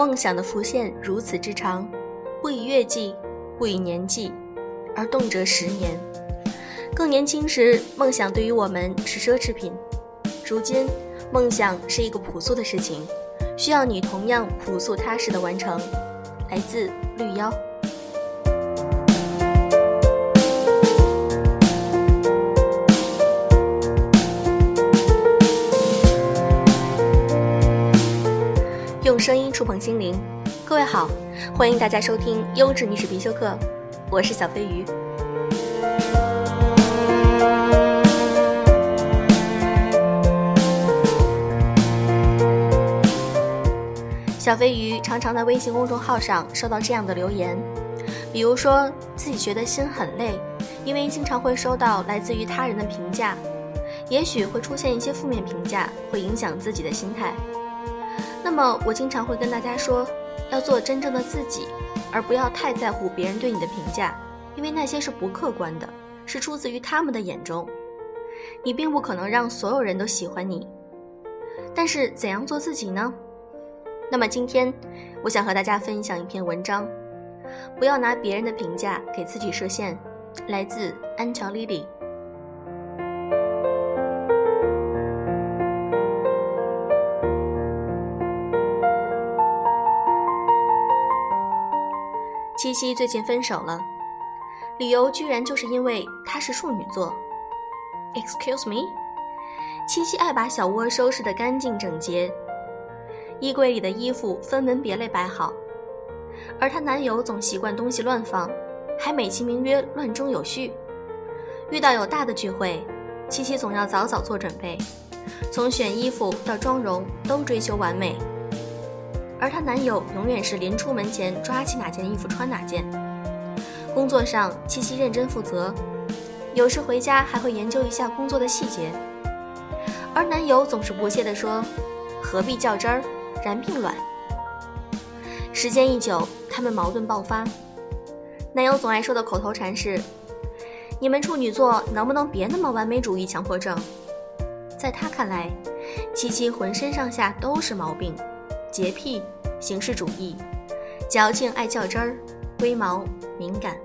梦想的浮现如此之长，不以月计，不以年计，而动辄10年。更年轻时，梦想对于我们是奢侈品，如今梦想是一个朴素的事情，需要你同样朴素踏实的完成。来自绿妖。用声音触碰心灵，各位好，欢迎大家收听优质女史必修课，我是小飞鱼。小飞鱼常常在微信公众号上收到这样的留言，比如说自己觉得心很累，因为经常会收到来自于他人的评价，也许会出现一些负面评价，会影响自己的心态。那么我经常会跟大家说，要做真正的自己，而不要太在乎别人对你的评价，因为那些是不客观的，是出自于他们的眼中。你并不可能让所有人都喜欢你，但是怎样做自己呢？那么今天我想和大家分享一篇文章，不要拿别人的评价给自己设限，来自安乔丽丽。七夕最近分手了，理由居然就是因为她是处女座。 Excuse me？ 七夕爱把小窝收拾得干净整洁，衣柜里的衣服分门别类摆好，而她男友总习惯东西乱放，还美其名曰乱中有序。遇到有大的聚会，七夕总要早早做准备，从选衣服到妆容都追求完美，而她男友永远是临出门前抓起哪件衣服穿哪件。工作上，七夕认真负责，有时回家还会研究一下工作的细节，而男友总是不屑地说，何必较真儿，然并卵。时间一久，他们矛盾爆发。男友总爱说的口头禅是，你们处女座能不能别那么完美主义强迫症。在他看来，七夕浑身上下都是毛病，洁癖、形式主义、矫情爱较真儿、龟毛敏感。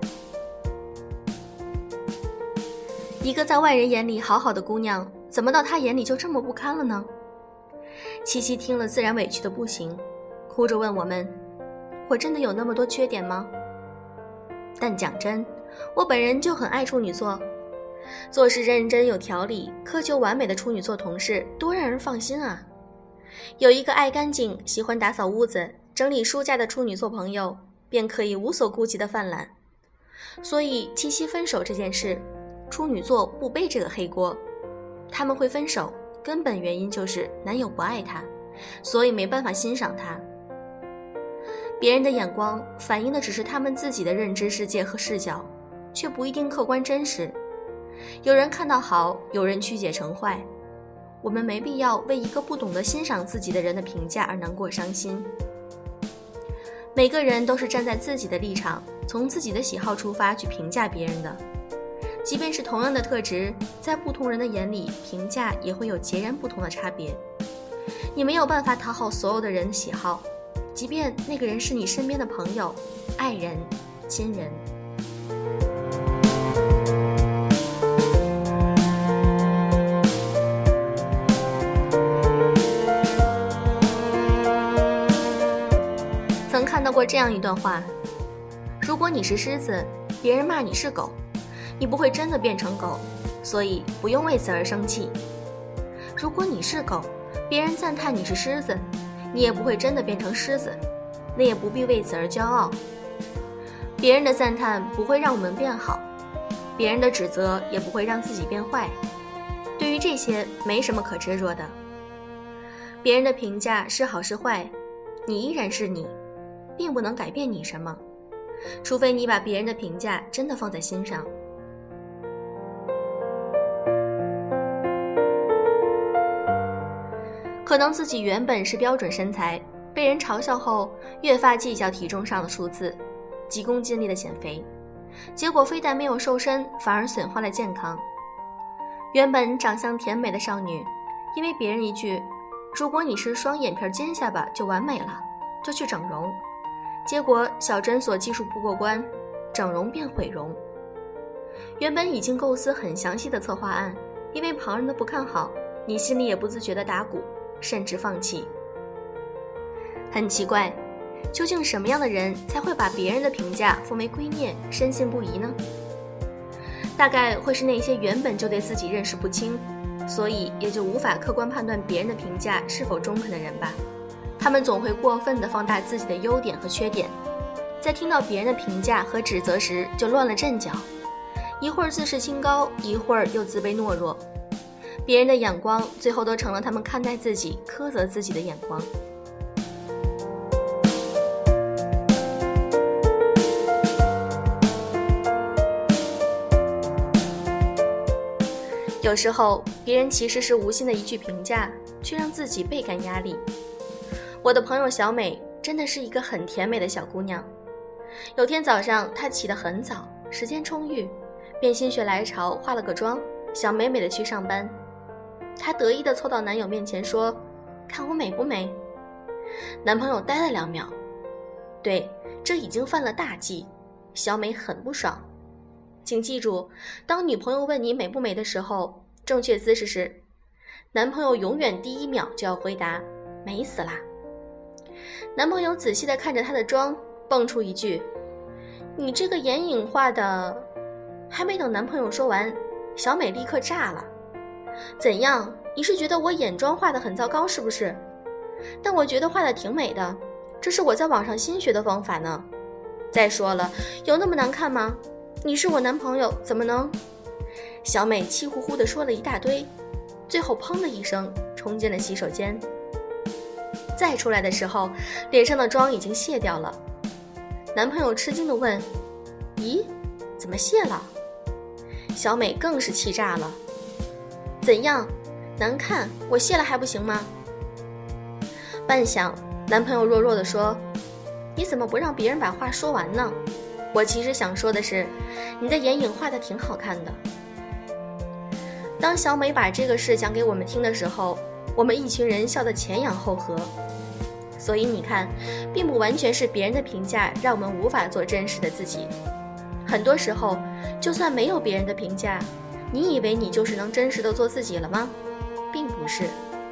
一个在外人眼里好好的姑娘，怎么到他眼里就这么不堪了呢？七夕听了自然委屈的不行，哭着问我们，我真的有那么多缺点吗？但讲真，我本人就很爱处女座，做事认真有条理，苛求完美的处女座同事多让人放心啊。有一个爱干净，喜欢打扫屋子、整理书架的处女座朋友，便可以无所顾忌的犯懒。所以七夕分手这件事，处女座不背这个黑锅。他们会分手，根本原因就是男友不爱她，所以没办法欣赏她。别人的眼光反映的只是他们自己的认知世界和视角，却不一定客观真实。有人看到好，有人曲解成坏。我们没必要为一个不懂得欣赏自己的人的评价而难过伤心。每个人都是站在自己的立场，从自己的喜好出发去评价别人的。即便是同样的特质，在不同人的眼里，评价也会有截然不同的差别。你没有办法讨好所有的人的喜好，即便那个人是你身边的朋友、爱人、亲人。曾看到过这样一段话，如果你是狮子，别人骂你是狗，你不会真的变成狗，所以不用为此而生气。如果你是狗，别人赞叹你是狮子，你也不会真的变成狮子，那也不必为此而骄傲。别人的赞叹不会让我们变好，别人的指责也不会让自己变坏。对于这些，没什么可执着的。别人的评价是好是坏，你依然是你，并不能改变你什么，除非你把别人的评价真的放在心上。可能自己原本是标准身材，被人嘲笑后越发计较体重上的数字，急功近利的减肥，结果非但没有瘦身，反而损坏了健康。原本长相甜美的少女，因为别人一句如果你是双眼皮尖下巴就完美了， 就去整容，结果小诊所技术不过关，整容变毁容。原本已经构思很详细的策划案，因为旁人的不看好，你心里也不自觉地打鼓，甚至放弃。很奇怪，究竟什么样的人才会把别人的评价奉为圭臬，深信不疑呢？大概会是那些原本就对自己认识不清，所以也就无法客观判断别人的评价是否中肯的人吧。他们总会过分地放大自己的优点和缺点，在听到别人的评价和指责时就乱了阵脚，一会儿自视清高，一会儿又自卑懦弱。别人的眼光最后都成了他们看待自己、苛责自己的眼光。有时候别人其实是无心的一句评价，却让自己倍感压力。我的朋友小美真的是一个很甜美的小姑娘。有天早上她起得很早，时间充裕，便心血来潮化了个妆，想美美的去上班。她得意地凑到男友面前说：“看我美不美？”男朋友呆了2秒，对，这已经犯了大忌，小美很不爽。请记住，当女朋友问你美不美的时候，正确姿势是，男朋友永远第1秒就要回答美死啦。男朋友仔细地看着她的妆，蹦出一句：“你这个眼影画的……”还没等男朋友说完，小美立刻炸了：“怎样？你是觉得我眼妆画得很糟糕是不是？但我觉得画得挺美的，这是我在网上新学的方法呢。再说了，有那么难看吗？你是我男朋友，怎么能……”小美气呼呼地说了一大堆，最后砰的一声冲进了洗手间。再出来的时候，脸上的妆已经卸掉了。男朋友吃惊地问：“咦，怎么卸了？”小美更是气炸了：“怎样？难看？我卸了还不行吗？”半晌，男朋友弱弱地说：“你怎么不让别人把话说完呢？我其实想说的是，你的眼影画得挺好看的。”当小美把这个事讲给我们听的时候，我们一群人笑得前仰后合。所以你看，并不完全是别人的评价让我们无法做真实的自己。很多时候，就算没有别人的评价，你以为你就是能真实的做自己了吗？并不是。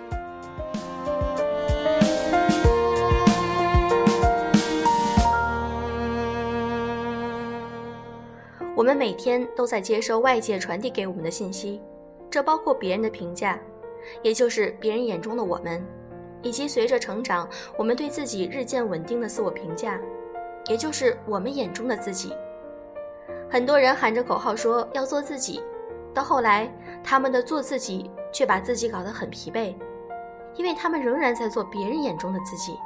我们每天都在接收外界传递给我们的信息，这包括别人的评价，也就是别人眼中的我们，以及随着成长，我们对自己日渐稳定的自我评价，也就是我们眼中的自己。很多人喊着口号说要做自己，到后来他们的做自己却把自己搞得很疲惫，因为他们仍然在做别人眼中的自己。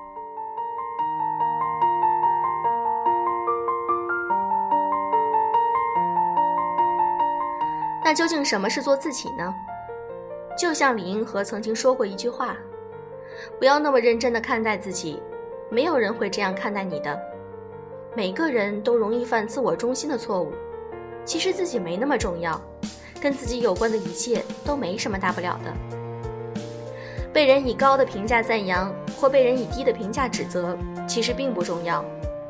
那究竟什么是做自己呢？就像李银河曾经说过一句话：不要那么认真地看待自己，没有人会这样看待你的。每个人都容易犯自我中心的错误，其实自己没那么重要，跟自己有关的一切都没什么大不了的。被人以高的评价赞扬，或被人以低的评价指责，其实并不重要。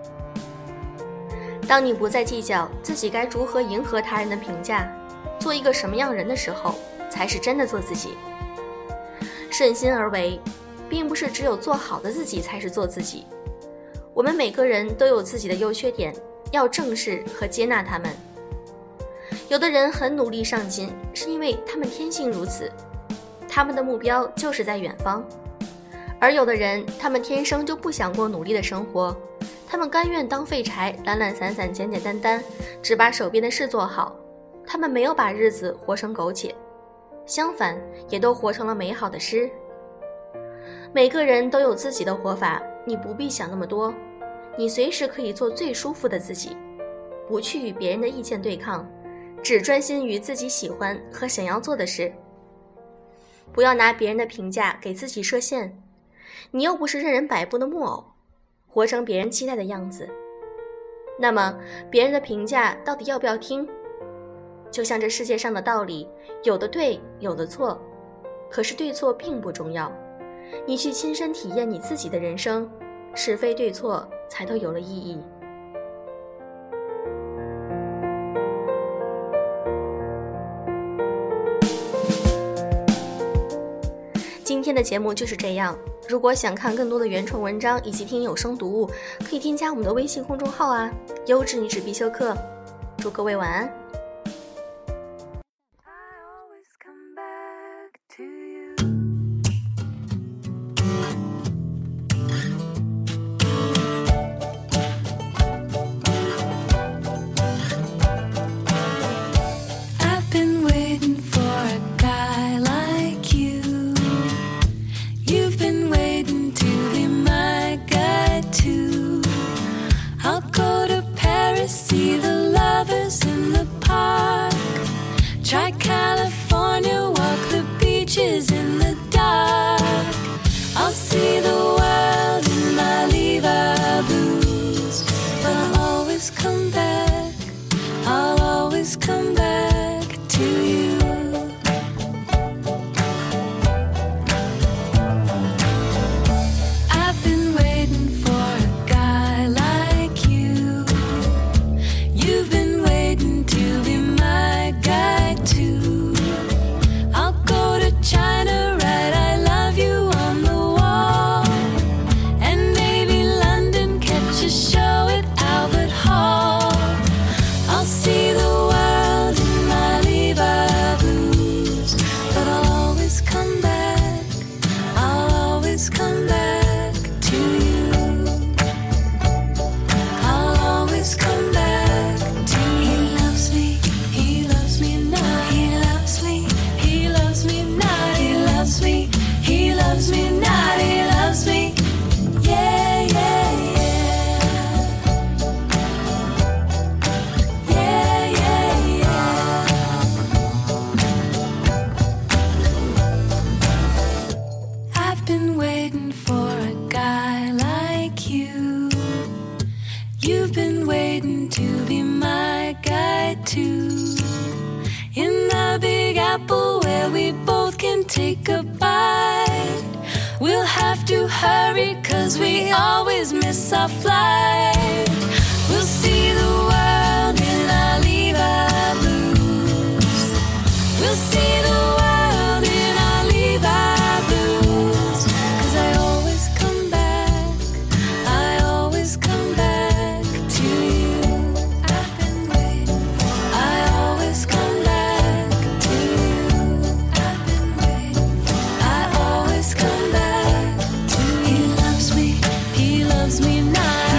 当你不再计较自己该如何迎合他人的评价，做一个什么样人的时候，才是真的做自己。顺心而为，并不是只有做好的自己才是做自己。我们每个人都有自己的优缺点，要正视和接纳他们。有的人很努力上进，是因为他们天性如此，他们的目标就是在远方。而有的人，他们天生就不想过努力的生活，他们甘愿当废柴，懒懒散散，简简单单，只把手边的事做好。他们没有把日子活成苟且，相反，也都活成了美好的诗。每个人都有自己的活法，你不必想那么多，你随时可以做最舒服的自己，不去与别人的意见对抗，只专心于自己喜欢和想要做的事。不要拿别人的评价给自己设限，你又不是任人摆布的木偶，活成别人期待的样子。那么，别人的评价到底要不要听？就像这世界上的道理，有的对，有的错，可是对错并不重要。你去亲身体验你自己的人生， 是非对错才都有了意义。今天的节目就是这样，如果想看更多的原创文章以及听有声读物，可以添加我们的微信公众号啊，优质女子必修课。祝各位晚安。 Try California, walk the beaches in the dark. I'll see the world in my Levi blues, but I'll always come back, I'll always come back to you. I've been waiting for a guy like you. You've been waiting to be my guy too. I'll go to China, write I love you on the wall, and maybe London, catch a show at Albert Hall. I'll see the world in my Levi blues, but I'll always come back, I'll always come back to you. I'll always come back to you. He loves me, he loves me not. He loves me, he loves me not. He loves me, he loves me not. He loves me, yeah, yeah, yeah. Yeah, yeah, yeah. I've been waiting for a guy like you. You've been waiting to be my guy too. In the Big Apple where we both can take a bite, we'll have to hurry 'cause we always miss our flight. We'll see the world in our Levi blues. We'll see the world in our Levi blues. 'Cause I always come back, I always come back to you. I've been waiting for, I always come back to you. I've been waiting for, I always come back to you. He loves me not.